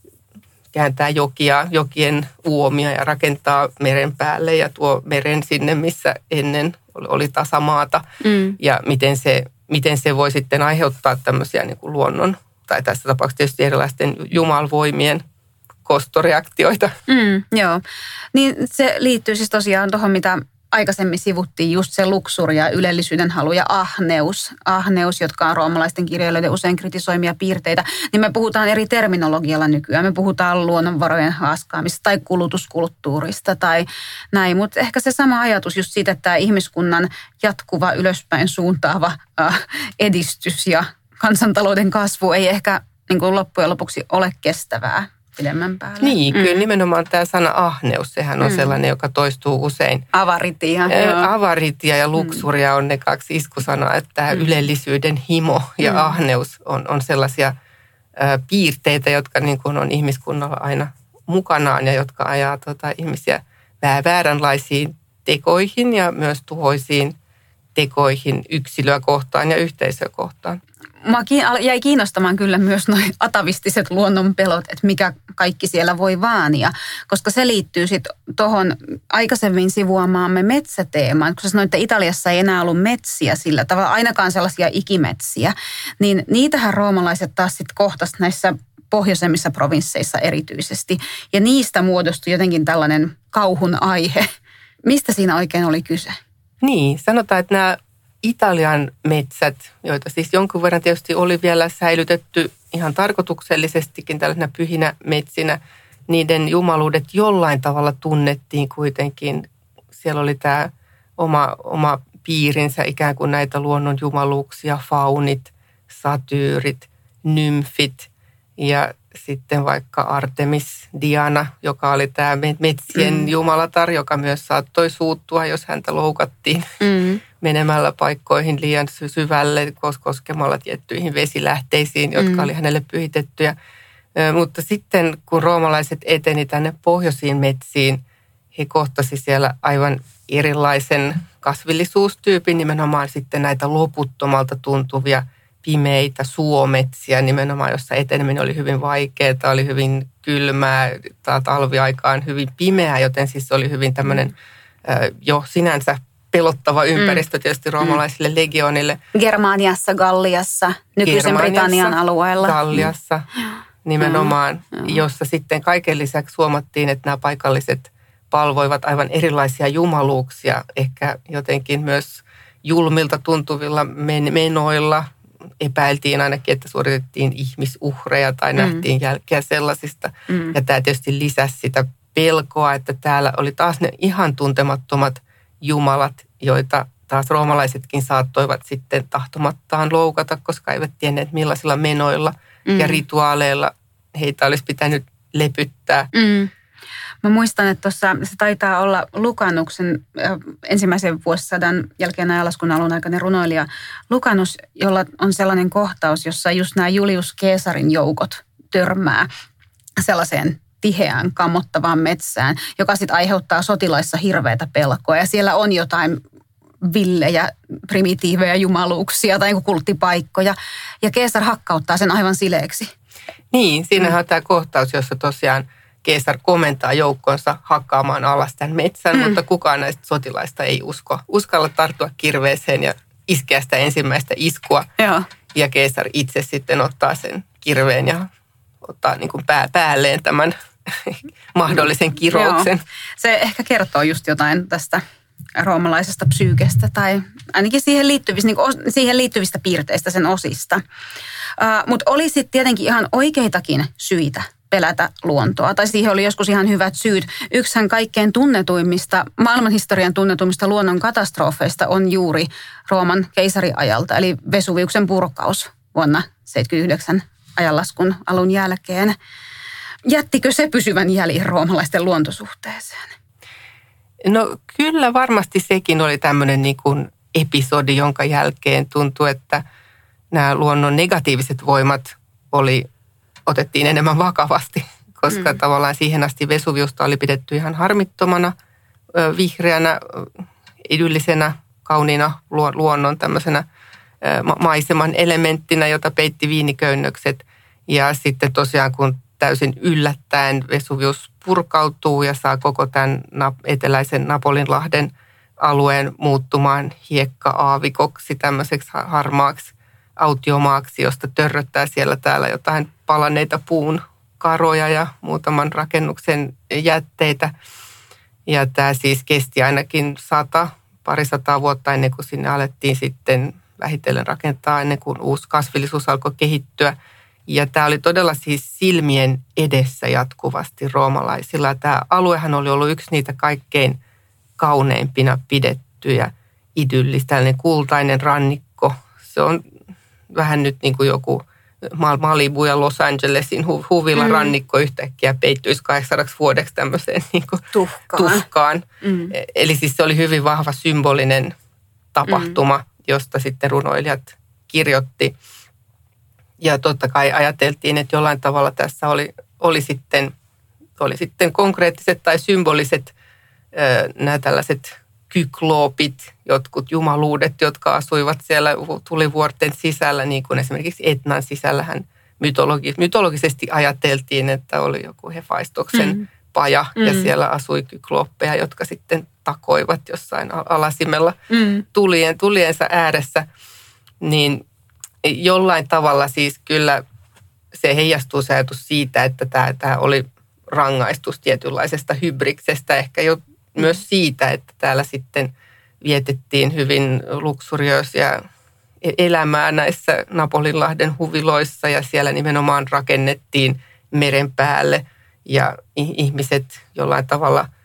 S2: kääntää jokia, jokien uomia ja rakentaa meren päälle ja tuo meren sinne, missä ennen oli tasamaata. Mm. Ja miten se, miten se voi sitten aiheuttaa tämmöisiä niin kuin luonnon, tai tässä tapauksessa tietysti erilaisten jumalvoimien kostoreaktioita.
S1: Mm, joo, niin se liittyy siis tosiaan tuohon, mitä aikaisemmin sivuttiin, just se luksuri ja ylellisyyden halu ja ahneus, ahneus, jotka on roomalaisten kirjailijoiden usein kritisoimia piirteitä, niin me puhutaan eri terminologialla nykyään. Me puhutaan luonnonvarojen haaskaamista tai kulutuskulttuurista tai näin, mutta ehkä se sama ajatus just siitä, että tämä ihmiskunnan jatkuva ylöspäin suuntaava äh, edistys ja kansantalouden kasvu ei ehkä niin kuin loppujen lopuksi ole kestävää pidemmän päälle.
S2: Niin, kyllä mm. nimenomaan tämä sana ahneus, sehän on mm. sellainen, joka toistuu usein.
S1: Avaritia.
S2: Avaritia ja luksuria on ne kaksi iskusanaa, että tämä mm. ylellisyyden himo ja mm. ahneus on, on sellaisia ä, piirteitä, jotka niin kuin on ihmiskunnalla aina mukanaan ja jotka ajaa tota, ihmisiä vääränlaisiin tekoihin ja myös tuhoisiin tekoihin yksilöä kohtaan ja yhteisöä kohtaan.
S1: Mua jäi kiinnostamaan kyllä myös nuo atavistiset luonnonpelot, että mikä kaikki siellä voi vaania, koska se liittyy sitten tuohon aikaisemmin sivuamaamme metsäteemaan. Kun sä sanoit, että Italiassa ei enää ollut metsiä sillä tavalla, ainakaan sellaisia ikimetsiä, niin niitähän roomalaiset taas sitten kohtasivat näissä pohjoisemmissa provinsseissa erityisesti. Ja niistä muodostui jotenkin tällainen kauhun aihe. Mistä siinä oikein oli kyse?
S2: Niin, sanotaan, että nämä Italian metsät, joita siis jonkun verran tietysti oli vielä säilytetty ihan tarkoituksellisestikin tällaisena pyhinä metsinä, niiden jumaluudet jollain tavalla tunnettiin kuitenkin. Siellä oli tämä oma, oma piirinsä ikään kuin näitä luonnon jumaluuksia, faunit, satyyrit, nymfit ja sitten vaikka Artemis, Diana, joka oli tämä metsien mm. jumalatar, joka myös saattoi suuttua, jos häntä loukattiin mm. menemällä paikkoihin liian syvälle, koskemalla tiettyihin vesilähteisiin, jotka mm. oli hänelle pyhitettyjä. Mutta sitten kun roomalaiset eteni tänne pohjoisiin metsiin, he kohtasi siellä aivan erilaisen kasvillisuustyypin, nimenomaan sitten näitä loputtomalta tuntuvia pimeitä suometsiä, nimenomaan jossa eteneminen oli hyvin vaikeaa, oli hyvin kylmää, talviaikaan hyvin pimeää, joten siis se oli hyvin tämmöinen mm. jo sinänsä pelottava ympäristö mm. tietysti roomalaisille mm. legioonille.
S1: Germaniassa, Galliassa, nykyisen Britannian alueella.
S2: Galliassa mm. nimenomaan, mm. jossa sitten kaiken lisäksi huomattiin, että nämä paikalliset palvoivat aivan erilaisia jumaluuksia, ehkä jotenkin myös julmilta tuntuvilla menoilla. Epäiltiin ainakin, että suoritettiin ihmisuhreja tai mm. nähtiin jälkeä sellaisista. Mm. Ja tämä tietysti lisäsi sitä pelkoa, että täällä oli taas ne ihan tuntemattomat jumalat, joita taas roomalaisetkin saattoivat sitten tahtomattaan loukata, koska eivät tienneet millaisilla menoilla mm. ja rituaaleilla heitä olisi pitänyt lepyttää.
S1: Mm. Mä muistan, että tuossa se taitaa olla Lukanuksen ensimmäisen vuosisadan jälkeen ajallaskun alun aikainen runoilija Lukanus, jolla on sellainen kohtaus, jossa just nämä Julius Caesarin joukot törmää sellaiseen tiheään, kammottavaan metsään, joka sitten aiheuttaa sotilaissa hirveätä pelkoa. Ja siellä on jotain villejä, primitiivejä jumaluuksia tai kulttipaikkoja. Ja Caesar hakkauttaa sen aivan sileeksi.
S2: Niin, siinähän on tämä kohtaus, jossa tosiaan Caesar komentaa joukkonsa hakkaamaan alas tämän metsän, mm. mutta kukaan näistä sotilaista ei usko. Uskalla tarttua kirveeseen ja iskeä sitä ensimmäistä iskua. Joo. Ja Caesar itse sitten ottaa sen kirveen ja ottaa niin kuin pää, päälleen tämän mahdollisen kirouksen.
S1: Joo. Se ehkä kertoo just jotain tästä roomalaisesta psyykestä tai ainakin siihen liittyvistä, niin kuin, siihen liittyvistä piirteistä sen osista. Uh, mutta oli sitten tietenkin ihan oikeitakin syitä pelätä luontoa, tai siihen oli joskus ihan hyvät syyt. Yksihän kaikkein tunnetuimmista, maailmanhistorian tunnetuimmista luonnon katastrofeista on juuri Rooman keisariajalta, eli Vesuviuksen purkaus vuonna seitsemänkymmentäyhdeksän ajanlaskun alun jälkeen. Jättikö se pysyvän jäljen roomalaisten luontosuhteeseen?
S2: No kyllä varmasti sekin oli tämmöinen niin kuin episodi, jonka jälkeen tuntui, että nämä luonnon negatiiviset voimat oli otettiin enemmän vakavasti, koska mm. tavallaan siihen asti Vesuviusta oli pidetty ihan harmittomana, vihreänä, idyllisenä, kauniina luonnon tämmöisenä maiseman elementtinä, jota peitti viiniköynnökset. Ja sitten tosiaan kun täysin yllättäen Vesuvius purkautuu ja saa koko tämän eteläisen Napolinlahden alueen muuttumaan hiekka-aavikoksi, tämmöiseksi harmaaksi autiomaaksi, josta törröttää siellä täällä jotain palanneita puun karoja ja muutaman rakennuksen jätteitä. Ja tämä siis kesti ainakin sata, parisataa vuotta ennen kuin sinne alettiin sitten vähitellen rakentaa, ennen kuin uusi kasvillisuus alkoi kehittyä. Ja tämä oli todella siis silmien edessä jatkuvasti roomalaisilla. Tämä aluehan oli ollut yksi niitä kaikkein kauneimpina pidettyjä idyllistä, tällainen kultainen rannikko. Se on vähän nyt niin kuin joku Malibu ja Los Angelesin hu- huvila mm. rannikko yhtäkkiä peittyisi kahdeksaksi vuodeksi tämmöiseen niin kuin tuhkaan. tuhkaan. Mm. Eli siis se oli hyvin vahva symbolinen tapahtuma, mm. josta sitten runoilijat kirjoitti. Ja totta kai ajateltiin, että jollain tavalla tässä oli, oli, sitten, oli sitten konkreettiset tai symboliset nämä tällaiset kykloopit, jotkut jumaluudet, jotka asuivat siellä tulivuorten sisällä, niin kuin esimerkiksi Etnan sisällähän mytologi- mytologisesti ajateltiin, että oli joku Hefaistoksen mm. paja mm. ja siellä asui kyklooppeja, jotka sitten takoivat jossain alasimella mm. tulien, tuliensa ääressä, niin jollain tavalla siis kyllä se heijastuu se ajatus siitä, että tämä, tämä oli rangaistus tietynlaisesta hybriksestä, ehkä jo myös siitä, että täällä sitten vietettiin hyvin luksurioosia elämää näissä Napolinlahden huviloissa ja siellä nimenomaan rakennettiin meren päälle ja ihmiset jollain tavalla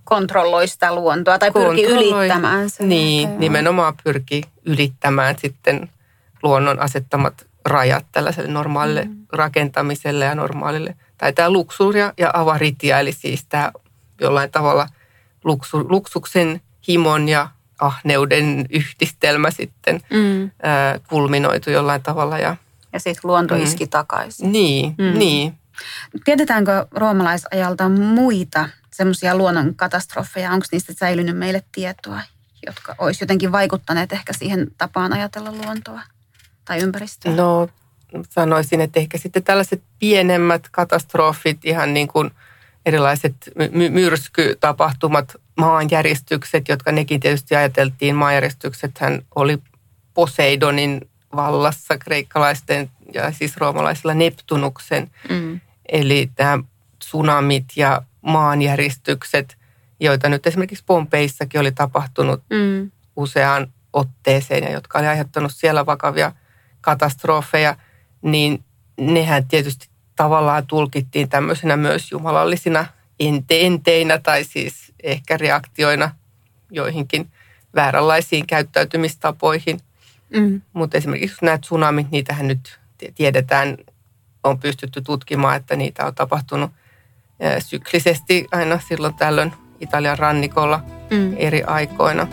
S1: kontrolloi sitä luontoa tai pyrki ylittämään sen.
S2: Niin, okay, nimenomaan pyrki ylittämään sitten luonnon asettamat rajat tällaiselle normaalille mm. rakentamiselle ja normaalille. Tai tämä luksuria ja avaritia, eli siis tämä jollain tavalla luksu, luksuksen, himon ja ahneuden yhdistelmä sitten mm. ää, kulminoitu jollain tavalla. Ja,
S1: ja sitten luonto mm. iski takaisin.
S2: Niin, mm. niin.
S1: Tiedetäänkö roomalaisajalta muita semmoisia luonnon katastrofeja? Onko niistä säilynyt meille tietoa, jotka olisi jotenkin vaikuttaneet ehkä siihen tapaan ajatella luontoa tai ympäristöä?
S2: No sanoisin, että ehkä sitten tällaiset pienemmät katastrofit, ihan niin kuin erilaiset my- myrskytapahtumat, maanjäristykset, jotka nekin tietysti ajateltiin. Maanjäristyksethän oli Poseidonin vallassa kreikkalaisten ja siis roomalaisilla Neptunuksen. Mm. Eli nämä tsunamit ja maanjäristykset, joita nyt esimerkiksi Pompeissakin oli tapahtunut mm. useaan otteeseen ja jotka oli aiheuttanut siellä vakavia katastrofeja, niin nehän tietysti tavallaan tulkittiin tämmöisenä myös jumalallisina enteinä tai siis ehkä reaktioina joihinkin vääränlaisiin käyttäytymistapoihin. Mm. Mutta esimerkiksi nämä tsunamit, niitähän nyt tiedetään, on pystytty tutkimaan, että niitä on tapahtunut syklisesti aina silloin tällöin Italian rannikolla mm. eri aikoina.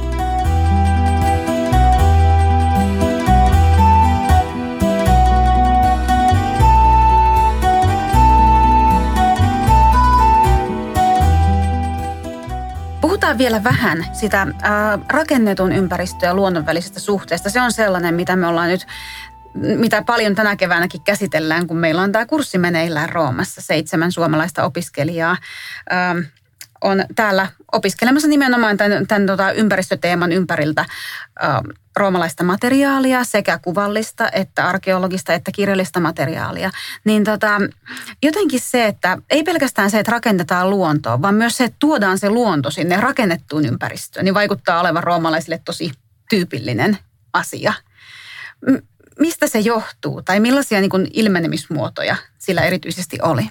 S1: Puhutaan vielä vähän sitä äh, rakennetun ympäristön ja luonnon välisestä suhteesta. Se on sellainen, mitä me ollaan nyt, mitä paljon tänä keväänäkin käsitellään, kun meillä on tämä kurssi meneillään Roomassa. Seitsemän suomalaista opiskelijaa äh, on täällä opiskelemassa nimenomaan tämän, tämän tota, ympäristöteeman ympäriltä äh, roomalaista materiaalia, sekä kuvallista, että arkeologista, että kirjallista materiaalia. Niin tota, jotenkin se, että ei pelkästään se, että rakennetaan luontoa, vaan myös se, että tuodaan se luonto sinne rakennettuun ympäristöön, niin vaikuttaa olevan roomalaisille tosi tyypillinen asia. M- mistä se johtuu? Tai millaisia niin kuin ilmenemismuotoja sillä erityisesti oli?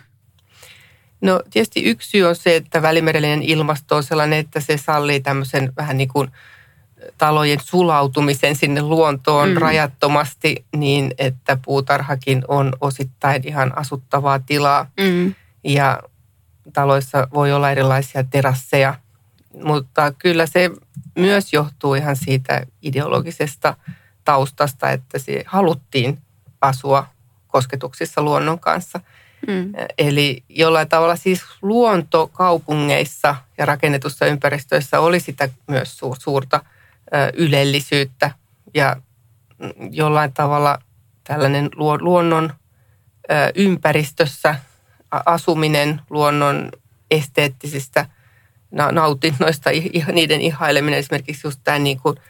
S2: No tietysti yksi syy on se, että välimerellinen ilmasto on sellainen, että se sallii tämmöisen vähän niin kuin talojen sulautumisen sinne luontoon mm. rajattomasti niin, että puutarhakin on osittain ihan asuttavaa tilaa. Mm. Ja taloissa voi olla erilaisia terasseja, mutta kyllä se myös johtuu ihan siitä ideologisesta taustasta, että se haluttiin asua kosketuksissa luonnon kanssa. Mm. Eli jollain tavalla siis luonto kaupungeissa ja rakennetussa ympäristöissä oli sitä myös suurta ylellisyyttä ja jollain tavalla tällainen luonnon ympäristössä asuminen, luonnon esteettisistä nautinnoista, niiden ihaileminen, esimerkiksi just tämä niin kuin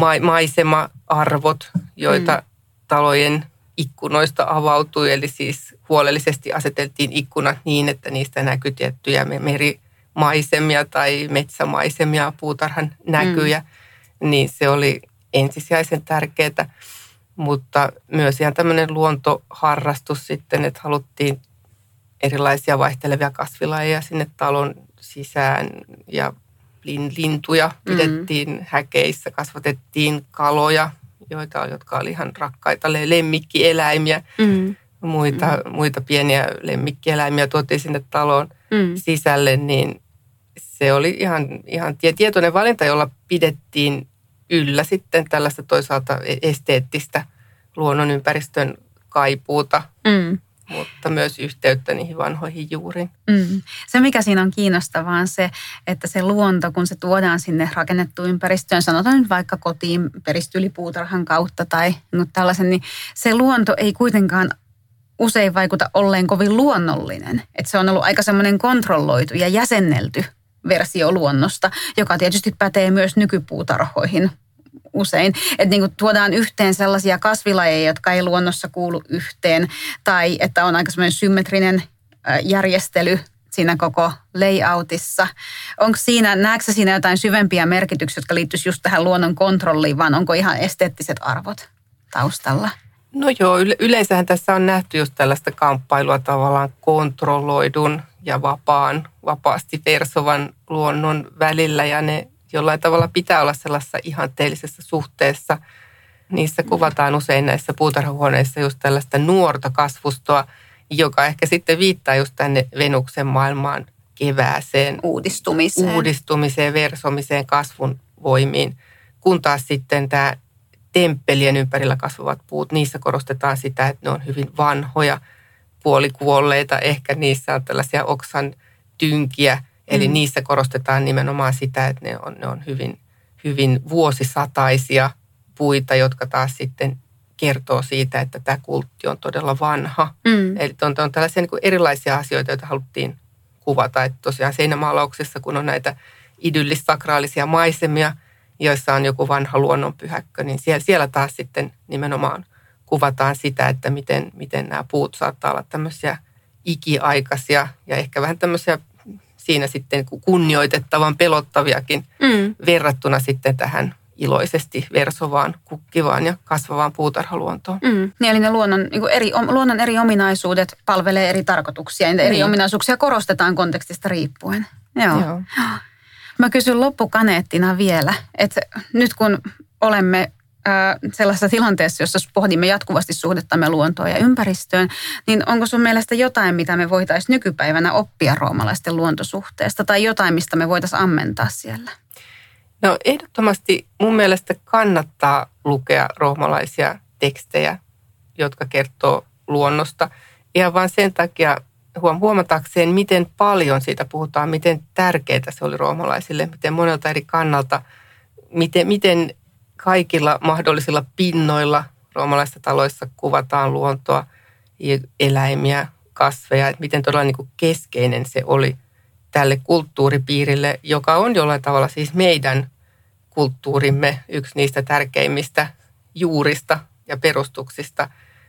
S2: maisema-arvot, joita mm. talojen ikkunoista avautui, eli siis huolellisesti aseteltiin ikkunat niin, että niistä näkyi tiettyjä merimaisemia tai metsämaisemia, puutarhan näkyjä. Mm. Niin se oli ensisijaisen tärkeää, mutta myös ihan tämmöinen luontoharrastus sitten, että haluttiin erilaisia vaihtelevia kasvilajeja sinne talon sisään ja lintuja pidettiin mm. häkeissä, kasvatettiin kaloja, joita, jotka oli ihan rakkaita lemmikkieläimiä, mm. muita, mm. muita pieniä lemmikkieläimiä tuotiin sinne talon mm. sisälle, niin se oli ihan, ihan tietoinen valinta, jolla pidettiin yllä sitten tällaista toisaalta esteettistä luonnonympäristön kaipuuta, mm. mutta myös yhteyttä niihin vanhoihin juuriin.
S1: Mm. Se, mikä siinä on kiinnostavaa, on se, että se luonto, kun se tuodaan sinne rakennettuun ympäristöön, sanotaan nyt vaikka kotiin peristylipuutarhan kautta tai tällaisen, niin se luonto ei kuitenkaan usein vaikuta olleen kovin luonnollinen. Että se on ollut aika semmoinen kontrolloitu ja jäsennelty versio luonnosta, joka tietysti pätee myös nykypuutarhoihin usein. Että niin kuin tuodaan yhteen sellaisia kasvilajeja, jotka ei luonnossa kuulu yhteen, tai että on aika semmoinen symmetrinen järjestely siinä koko layoutissa. Onko siinä, näetkö siinä jotain syvempiä merkityksiä, jotka liittyisi just tähän luonnon kontrolliin, vaan onko ihan esteettiset arvot taustalla?
S2: No joo, yle- yleensähän tässä on nähty just tällaista kamppailua tavallaan kontrolloidun ja vapaan, vapaasti versovan luonnon välillä ja ne jollain tavalla pitää olla sellaisessa ihanteellisessa suhteessa. Niissä kuvataan usein näissä puutarhahuoneissa just tällaista nuorta kasvustoa, joka ehkä sitten viittaa just tänne Venuksen maailmaan, kevääseen,
S1: uudistumiseen,
S2: uudistumiseen versomiseen, kasvun voimiin, kun taas sitten tämä temppelien ympärillä kasvavat puut, niissä korostetaan sitä, että ne on hyvin vanhoja, puolikuolleita, ehkä niissä on tällaisia oksan tynkiä, eli mm. niissä korostetaan nimenomaan sitä, että ne on, ne on hyvin, hyvin vuosisataisia puita, jotka taas sitten kertoo siitä, että tämä kultti on todella vanha. Mm. Eli on, on tällaisia niin kuin erilaisia asioita, joita haluttiin kuvata, että tosiaan seinämaalauksessa, kun on näitä idyllis-sakraalisia maisemia, joissa on joku vanha luonnonpyhäkkö, niin siellä, siellä taas sitten nimenomaan kuvataan sitä, että miten, miten nämä puut saattaa olla tämmöisiä ikiaikaisia ja ehkä vähän tämmöisiä siinä sitten kunnioitettavan pelottaviakin mm. verrattuna sitten tähän iloisesti versovaan, kukkivaan ja kasvavaan puutarhaluontoon.
S1: Mm. Niin, eli ne luonnon, niin eri, luonnon eri ominaisuudet palvelee eri tarkoituksia. Ja eri niin. ominaisuuksia korostetaan kontekstista riippuen. Joo. Joo. Mä kysyn loppukaneettina vielä, että nyt kun olemme äh, sellaisessa tilanteessa, jossa pohdimme jatkuvasti suhdettamme luontoon ja ympäristöön, niin onko sun mielestä jotain, mitä me voitaisiin nykypäivänä oppia roomalaisten luontosuhteesta tai jotain, mistä me voitaisiin ammentaa siellä?
S2: No ehdottomasti mun mielestä kannattaa lukea roomalaisia tekstejä, jotka kertoo luonnosta. Ihan vaan sen takia huomatakseen, miten paljon siitä puhutaan, miten tärkeää se oli roomalaisille, miten monelta eri kannalta, miten, miten kaikilla mahdollisilla pinnoilla roomalaisissa taloissa kuvataan luontoa, eläimiä, kasveja, että miten todella niin kuin keskeinen se oli tälle kulttuuripiirille, joka on jollain tavalla siis meidän kulttuurimme yksi niistä tärkeimmistä juurista ja perustuksista.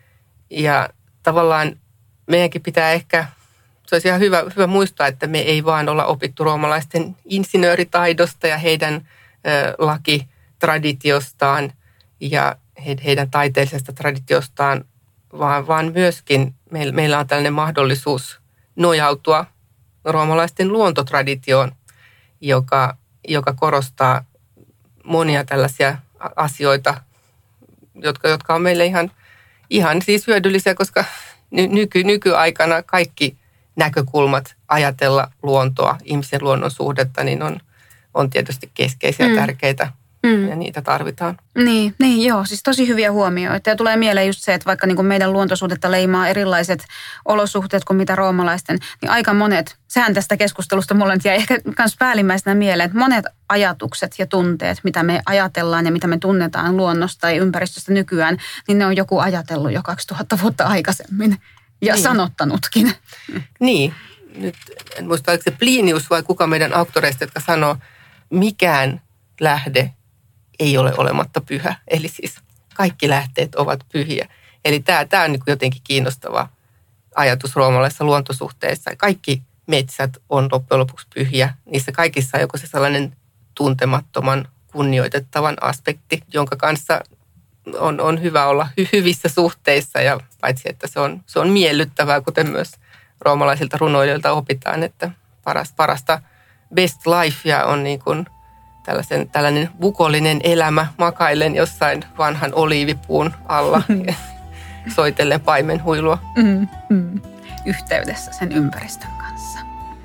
S2: Ja tavallaan meidänkin pitää ehkä, se olisi ihan hyvä, hyvä muistaa, että me ei vaan olla opittu roomalaisten insinööritaidosta ja heidän ö, lakitraditiostaan ja he, heidän taiteellisesta traditiostaan, vaan, vaan myöskin me, meillä on tällainen mahdollisuus nojautua roomalaisten luontotraditioon, joka, joka korostaa monia tällaisia asioita, jotka, jotka on meille ihan, ihan siis hyödyllisiä, koska nyky, nykyaikana kaikki näkökulmat ajatella luontoa, ihmisen luonnon suhdetta, niin on, on tietysti keskeisiä ja mm. tärkeitä. Mm. Ja niitä tarvitaan.
S1: Niin, niin, joo, siis tosi hyviä huomioita. Ja tulee mieleen just se, että vaikka niin kuin meidän luontosuhdetta leimaa erilaiset olosuhteet kuin mitä roomalaisten, niin aika monet, sehän tästä keskustelusta mulle jäi ehkä myös päällimmäisenä mieleen, että monet ajatukset ja tunteet, mitä me ajatellaan ja mitä me tunnetaan luonnosta ja ympäristöstä nykyään, niin ne on joku ajatellut jo kaksituhatta vuotta aikaisemmin ja niin. sanottanutkin.
S2: Niin, nyt en muista, oliko se Plinius vai kuka meidän auktoreista, jotka sanoo, mikään lähde ei ole olematta pyhä. Eli siis kaikki lähteet ovat pyhiä. Eli tämä, tämä on niin kuin jotenkin kiinnostava ajatus roomalaisessa luontosuhteessa. Kaikki metsät on loppujen lopuksi pyhiä. Niissä kaikissa on joku se sellainen tuntemattoman, kunnioitettavan aspekti, jonka kanssa on, on hyvä olla hy- hyvissä suhteissa. Ja paitsi, että se on, se on miellyttävää, kuten myös roomalaisilta runoilijoilta opitaan, että paras, parasta best lifea on niin kuin Tällaisen, tällainen bukollinen elämä makailen jossain vanhan oliivipuun alla soitellen paimenhuilua.
S1: Mm, mm. Yhteydessä sen ympäristön kanssa.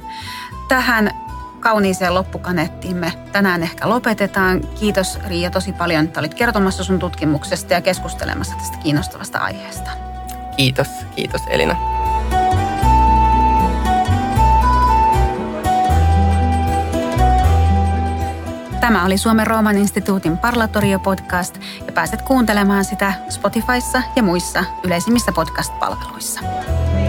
S1: Tähän kauniiseen loppukaneettiin me tänään ehkä lopetetaan. Kiitos Riia tosi paljon, että olit kertomassa sun tutkimuksesta ja keskustelemassa tästä kiinnostavasta aiheesta.
S2: Kiitos, kiitos Elina.
S1: Tämä oli Suomen Rooman instituutin Parlatorio-podcast ja pääset kuuntelemaan sitä Spotifyssa ja muissa yleisimmissä podcast-palveluissa.